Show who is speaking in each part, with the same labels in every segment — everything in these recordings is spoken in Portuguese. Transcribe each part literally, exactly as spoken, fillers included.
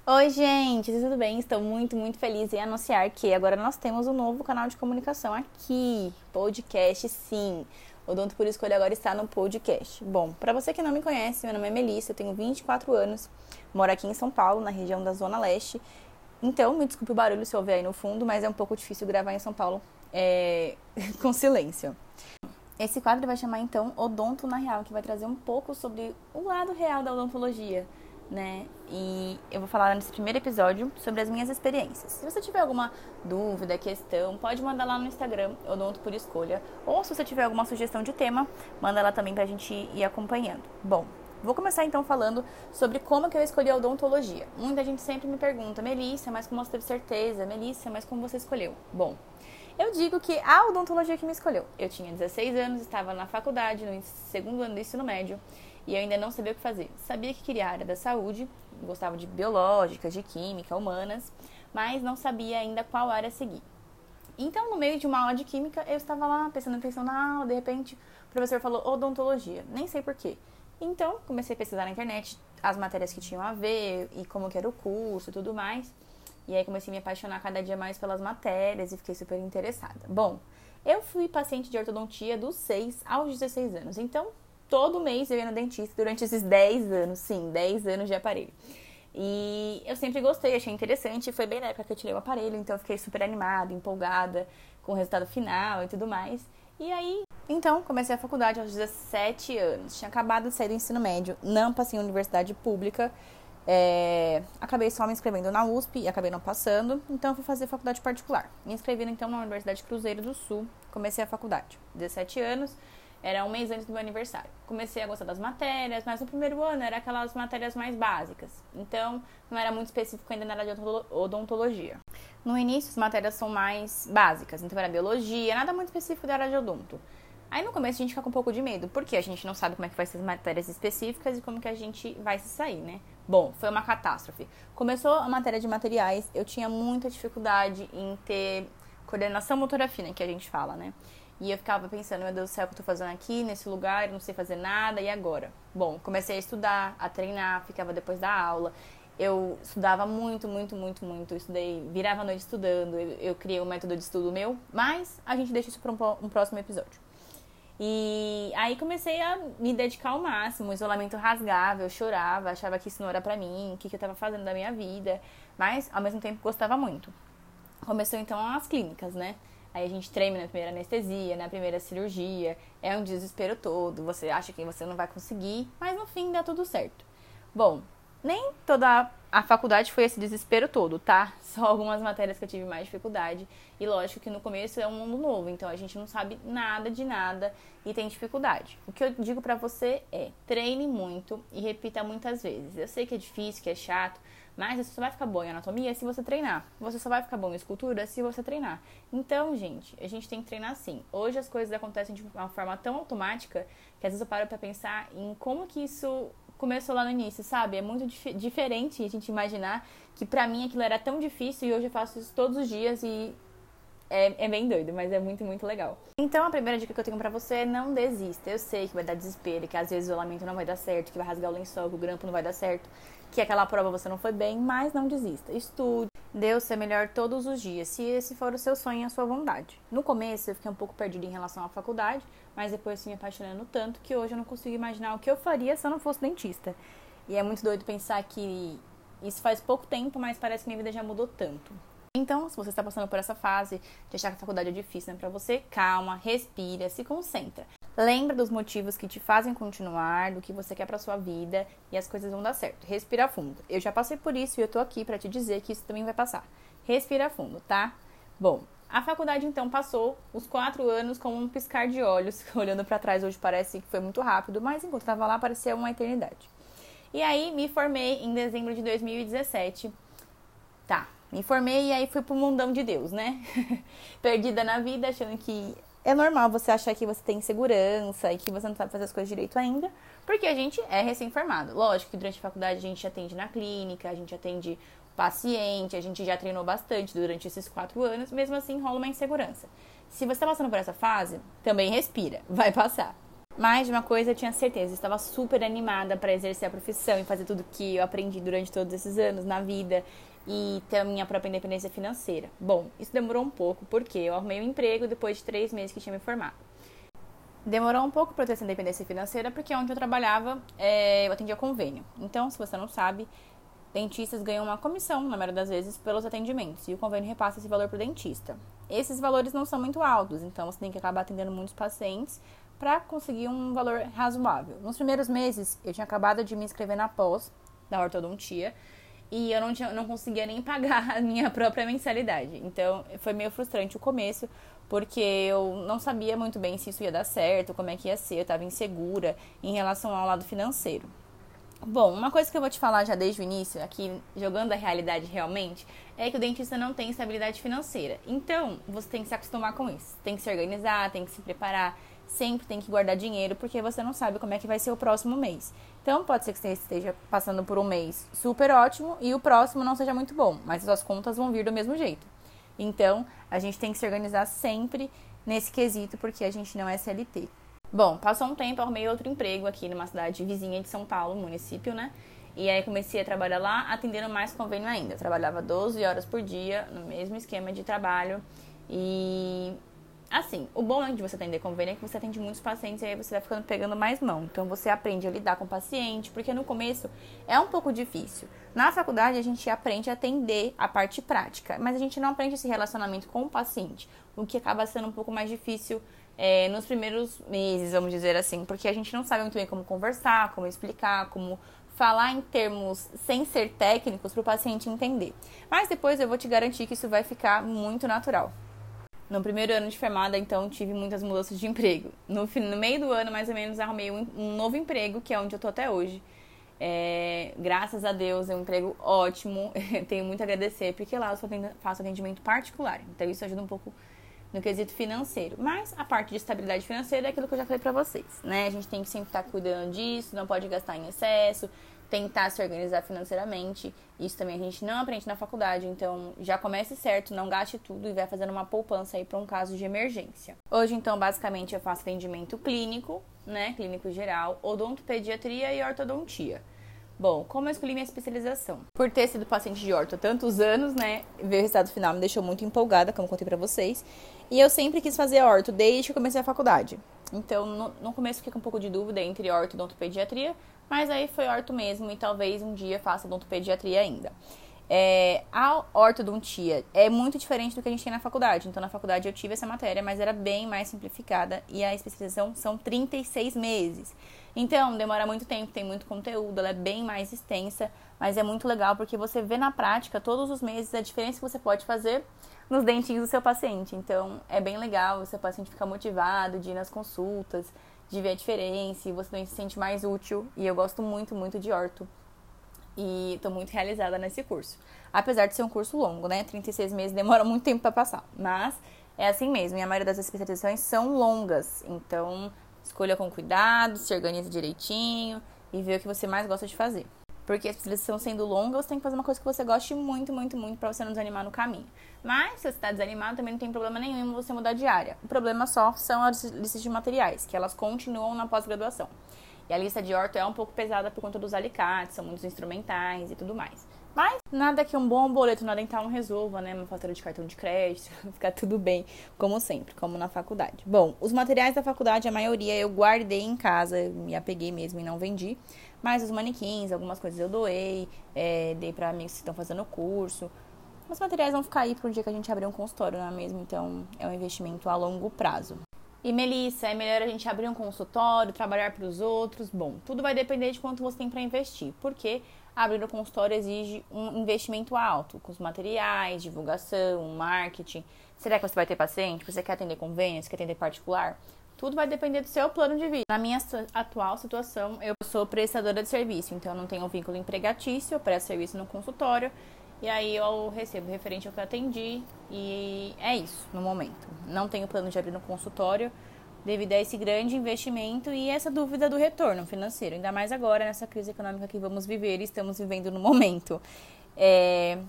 Speaker 1: Oi, gente, tudo bem? Estou muito, muito feliz em anunciar que agora nós temos um novo canal de comunicação aqui, podcast, sim. O Odonto por Escolha agora está no podcast. Bom, para você que não me conhece, meu nome é Melissa, eu tenho vinte e quatro anos, moro aqui em São Paulo, na região da Zona Leste. Então, me desculpe o barulho se ouvir aí no fundo, mas é um pouco difícil gravar em São Paulo é... com silêncio. Esse quadro vai chamar então Odonto na Real, que vai trazer um pouco sobre o lado real da odontologia, né? E eu vou falar nesse primeiro episódio sobre as minhas experiências. Se você tiver alguma dúvida, questão, pode mandar lá no Instagram, Odonto por Escolha. Ou se você tiver alguma sugestão de tema, manda lá também pra gente ir acompanhando. Bom, vou começar então falando sobre como que eu escolhi a odontologia. Muita gente sempre me pergunta, Melissa, mas como você teve certeza? Melissa, mas como você escolheu? Bom, eu digo que a odontologia que me escolheu. Eu tinha dezesseis anos, estava na faculdade, no segundo ano do ensino médio, e eu ainda não sabia o que fazer. Sabia que queria a área da saúde, gostava de biológicas, de química, humanas, mas não sabia ainda qual área seguir. Então, no meio de uma aula de química, eu estava lá, prestando atenção na aula, de repente, o professor falou odontologia, nem sei porquê. Então, comecei a pesquisar na internet as matérias que tinham a ver, e como que era o curso e tudo mais. E aí comecei a me apaixonar cada dia mais pelas matérias e fiquei super interessada. Bom, eu fui paciente de ortodontia dos seis aos dezesseis anos. Então, todo mês eu ia no dentista durante esses dez anos. Sim, dez anos de aparelho. E eu sempre gostei, achei interessante. Foi bem na época que eu tirei o aparelho, então eu fiquei super animada, empolgada com o resultado final e tudo mais. E aí, então, comecei a faculdade aos dezessete anos. Tinha acabado de sair do ensino médio, não passei em universidade pública. É, acabei só me inscrevendo na U S P e acabei não passando, então fui fazer faculdade particular. Me inscrevi então na Universidade Cruzeiro do Sul, comecei a faculdade. dezessete anos, era um mês antes do meu aniversário. Comecei a gostar das matérias, mas no primeiro ano era aquelas matérias mais básicas, então não era muito específico ainda na área de odontologia. No início as matérias são mais básicas, então era biologia, nada muito específico da área de odonto. Aí no começo a gente fica com um pouco de medo, porque a gente não sabe como é que vai ser as matérias específicas e como que a gente vai se sair, né? Bom, foi uma catástrofe. Começou a matéria de materiais, eu tinha muita dificuldade em ter coordenação motora fina, que a gente fala, né? E eu ficava pensando, meu Deus do céu, o que eu tô fazendo aqui, nesse lugar, eu não sei fazer nada, e agora? Bom, comecei a estudar, a treinar, ficava depois da aula. Eu estudava muito, muito, muito, muito. Eu estudei, virava a noite estudando, eu, eu criei um método de estudo meu, mas a gente deixa isso para um, um próximo episódio. E aí comecei a me dedicar ao máximo, o isolamento rasgava, eu chorava, achava que isso não era pra mim, o que, que eu tava fazendo da minha vida, mas ao mesmo tempo gostava muito. Começou então as clínicas, né? Aí a gente treme na primeira anestesia, na primeira cirurgia, é um desespero todo, você acha que você não vai conseguir, mas no fim dá tudo certo. Bom, nem toda a faculdade foi esse desespero todo, tá? Só algumas matérias que eu tive mais dificuldade. E lógico que no começo é um mundo novo, então a gente não sabe nada de nada e tem dificuldade. O que eu digo pra você é, treine muito e repita muitas vezes. Eu sei que é difícil, que é chato, mas você só vai ficar bom em anatomia se você treinar. Você só vai ficar bom em escultura se você treinar. Então, gente, a gente tem que treinar sim. Hoje as coisas acontecem de uma forma tão automática que às vezes eu paro pra pensar em como que isso começou lá no início, sabe? É muito dif- diferente a gente imaginar que pra mim aquilo era tão difícil e hoje eu faço isso todos os dias e é, é bem doido, mas é muito, muito legal. Então a primeira dica que eu tenho pra você é não desista. Eu sei que vai dar desespero, que às vezes o isolamento não vai dar certo, que vai rasgar o lençol, que o grampo não vai dar certo, que aquela prova você não foi bem, mas não desista. Estude, dê o seu melhor todos os dias, se esse for o seu sonho e a sua vontade. No começo eu fiquei um pouco perdida em relação à faculdade, mas depois fui me apaixonando tanto que hoje eu não consigo imaginar o que eu faria se eu não fosse dentista. E é muito doido pensar que isso faz pouco tempo, mas parece que minha vida já mudou tanto. Então, se você está passando por essa fase de achar que a faculdade é difícil, né, pra você, calma, respira, se concentra. Lembra dos motivos que te fazem continuar, do que você quer pra sua vida e as coisas vão dar certo. Respira fundo. Eu já passei por isso e eu tô aqui pra te dizer que isso também vai passar. Respira fundo, tá? Bom, a faculdade então passou os quatro anos como um piscar de olhos. Olhando pra trás hoje parece que foi muito rápido, mas enquanto eu tava lá parecia uma eternidade. E aí me formei em dezembro de dois mil e dezessete. Tá, me formei e aí fui pro mundão de Deus, né? Perdida na vida, achando que é normal você achar que você tem segurança e que você não sabe fazer as coisas direito ainda, porque a gente é recém-formado. Lógico que durante a faculdade a gente atende na clínica, a gente atende paciente, a gente já treinou bastante durante esses quatro anos, mesmo assim rola uma insegurança. Se você está passando por essa fase, também respira, vai passar. Mais de uma coisa eu tinha certeza, eu estava super animada para exercer a profissão e fazer tudo que eu aprendi durante todos esses anos na vida e ter a minha própria independência financeira. Bom, isso demorou um pouco porque eu arrumei um emprego depois de três meses que tinha me formado. Demorou um pouco para eu ter essa independência financeira porque onde eu trabalhava é, eu atendia convênio. Então, se você não sabe, dentistas ganham uma comissão, na maioria das vezes, pelos atendimentos e o convênio repassa esse valor para o dentista. Esses valores não são muito altos, então você tem que acabar atendendo muitos pacientes para conseguir um valor razoável. Nos primeiros meses, eu tinha acabado de me inscrever na pós da ortodontia e eu não, tinha, não conseguia nem pagar a minha própria mensalidade. Então, foi meio frustrante o começo, porque eu não sabia muito bem se isso ia dar certo, como é que ia ser, eu estava insegura em relação ao lado financeiro. Bom, uma coisa que eu vou te falar já desde o início, aqui jogando a realidade realmente, é que o dentista não tem estabilidade financeira. Então, você tem que se acostumar com isso. Tem que se organizar, tem que se preparar, sempre tem que guardar dinheiro, porque você não sabe como é que vai ser o próximo mês. Então, pode ser que você esteja passando por um mês super ótimo e o próximo não seja muito bom, mas as suas contas vão vir do mesmo jeito. Então, a gente tem que se organizar sempre nesse quesito, porque a gente não é C L T. Bom, passou um tempo, eu arrumei outro emprego aqui numa cidade vizinha de São Paulo, município, né? E aí comecei a trabalhar lá, atendendo mais convênio ainda. Eu trabalhava doze horas por dia, no mesmo esquema de trabalho. E, assim, o bom de você atender convênio é que você atende muitos pacientes e aí você vai ficando pegando mais mão. Então, você aprende a lidar com o paciente, porque no começo é um pouco difícil. Na faculdade, a gente aprende a atender a parte prática, mas a gente não aprende esse relacionamento com o paciente, o que acaba sendo um pouco mais difícil É, nos primeiros meses, vamos dizer assim, porque a gente não sabe muito bem como conversar, como explicar, como falar em termos sem ser técnicos para o paciente entender. Mas depois eu vou te garantir que isso vai ficar muito natural. No primeiro ano de formada, então, tive muitas mudanças de emprego. No, no meio do ano, mais ou menos, arrumei um, um novo emprego, que é onde eu tô até hoje. É, graças a Deus, é um emprego ótimo, tenho muito a agradecer, porque lá eu só faço atendimento particular, então isso ajuda um pouco no quesito financeiro. Mas a parte de estabilidade financeira é aquilo que eu já falei pra vocês, né? A gente tem que sempre estar cuidando disso, não pode gastar em excesso, tentar se organizar financeiramente. Isso também a gente não aprende na faculdade, então já comece certo, não gaste tudo e vai fazendo uma poupança aí para um caso de emergência. Hoje, então, basicamente eu faço atendimento clínico, né? Clínico geral, odontopediatria e ortodontia. Bom, como eu escolhi minha especialização? Por ter sido paciente de orto há tantos anos, né, ver o resultado final me deixou muito empolgada, como eu contei pra vocês. E eu sempre quis fazer orto, desde que eu comecei a faculdade. Então, no, no começo fiquei com um pouco de dúvida entre orto e odontopediatria, mas aí foi orto mesmo e talvez um dia faça odontopediatria ainda. É, a ortodontia é muito diferente do que a gente tem na faculdade. Então, na faculdade eu tive essa matéria, mas era bem mais simplificada e a especialização são trinta e seis meses. Então, demora muito tempo, tem muito conteúdo, ela é bem mais extensa, mas é muito legal porque você vê na prática, todos os meses, a diferença que você pode fazer nos dentinhos do seu paciente. Então, é bem legal, o seu paciente fica motivado de ir nas consultas, de ver a diferença, e você também se sente mais útil. E eu gosto muito, muito de orto. E estou muito realizada nesse curso. Apesar de ser um curso longo, né? trinta e seis meses demora muito tempo para passar. Mas é assim mesmo. E a maioria das especializações são longas. Então, escolha com cuidado, se organize direitinho e vê o que você mais gosta de fazer. Porque a especialização sendo longa, você tem que fazer uma coisa que você goste muito, muito, muito para você não desanimar no caminho. Mas, se você está desanimado, também não tem problema nenhum em você mudar de área. O problema só são as listas de materiais, que elas continuam na pós-graduação. E a lista de orto é um pouco pesada por conta dos alicates, são muitos instrumentais e tudo mais. Mas nada que um bom boleto na dental não resolva, né? Uma fatura de cartão de crédito, ficar tudo bem, como sempre, como na faculdade. Bom, os materiais da faculdade, a maioria eu guardei em casa, eu me apeguei mesmo e não vendi. Mas os manequins, algumas coisas eu doei, é, dei para amigos que estão fazendo o curso. Os materiais vão ficar aí para o dia que a gente abrir um consultório, não é mesmo? Então, é um investimento a longo prazo. E Melissa, é melhor a gente abrir um consultório, trabalhar para os outros? Bom, tudo vai depender de quanto você tem para investir, porque abrir um consultório exige um investimento alto, com os materiais, divulgação, marketing. Será que você vai ter paciente? Você quer atender convênio? Você quer atender particular? Tudo vai depender do seu plano de vida. Na minha atual situação, eu sou prestadora de serviço, então eu não tenho um vínculo empregatício, eu presto serviço no consultório. E aí eu recebo referente ao que eu atendi e é isso no momento. Não tenho plano de abrir no consultório devido a esse grande investimento e essa dúvida do retorno financeiro. Ainda mais agora nessa crise econômica que vamos viver e estamos vivendo no momento. É...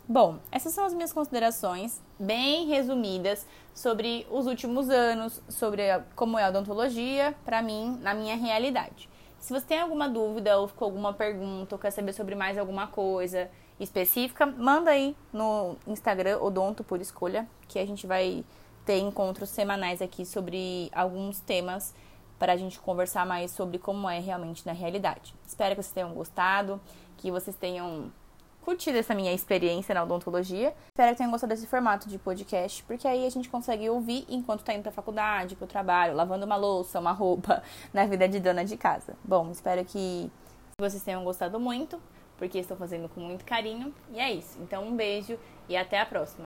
Speaker 1: Bom, essas são as minhas considerações bem resumidas sobre os últimos anos, sobre como é a odontologia, para mim, na minha realidade. Se você tem alguma dúvida ou ficou alguma pergunta ou quer saber sobre mais alguma coisa específica, manda aí no Instagram Odonto por Escolha, que a gente vai ter encontros semanais aqui sobre alguns temas para a gente conversar mais sobre como é realmente na realidade. Espero que vocês tenham gostado, que vocês tenham curtido essa minha experiência na odontologia. Espero que tenham gostado desse formato de podcast, porque aí a gente consegue ouvir enquanto tá indo pra faculdade, pro trabalho, lavando uma louça, uma roupa, na vida de dona de casa. Bom, espero que vocês tenham gostado muito, porque estou fazendo com muito carinho. E é isso. Então, um beijo e até a próxima.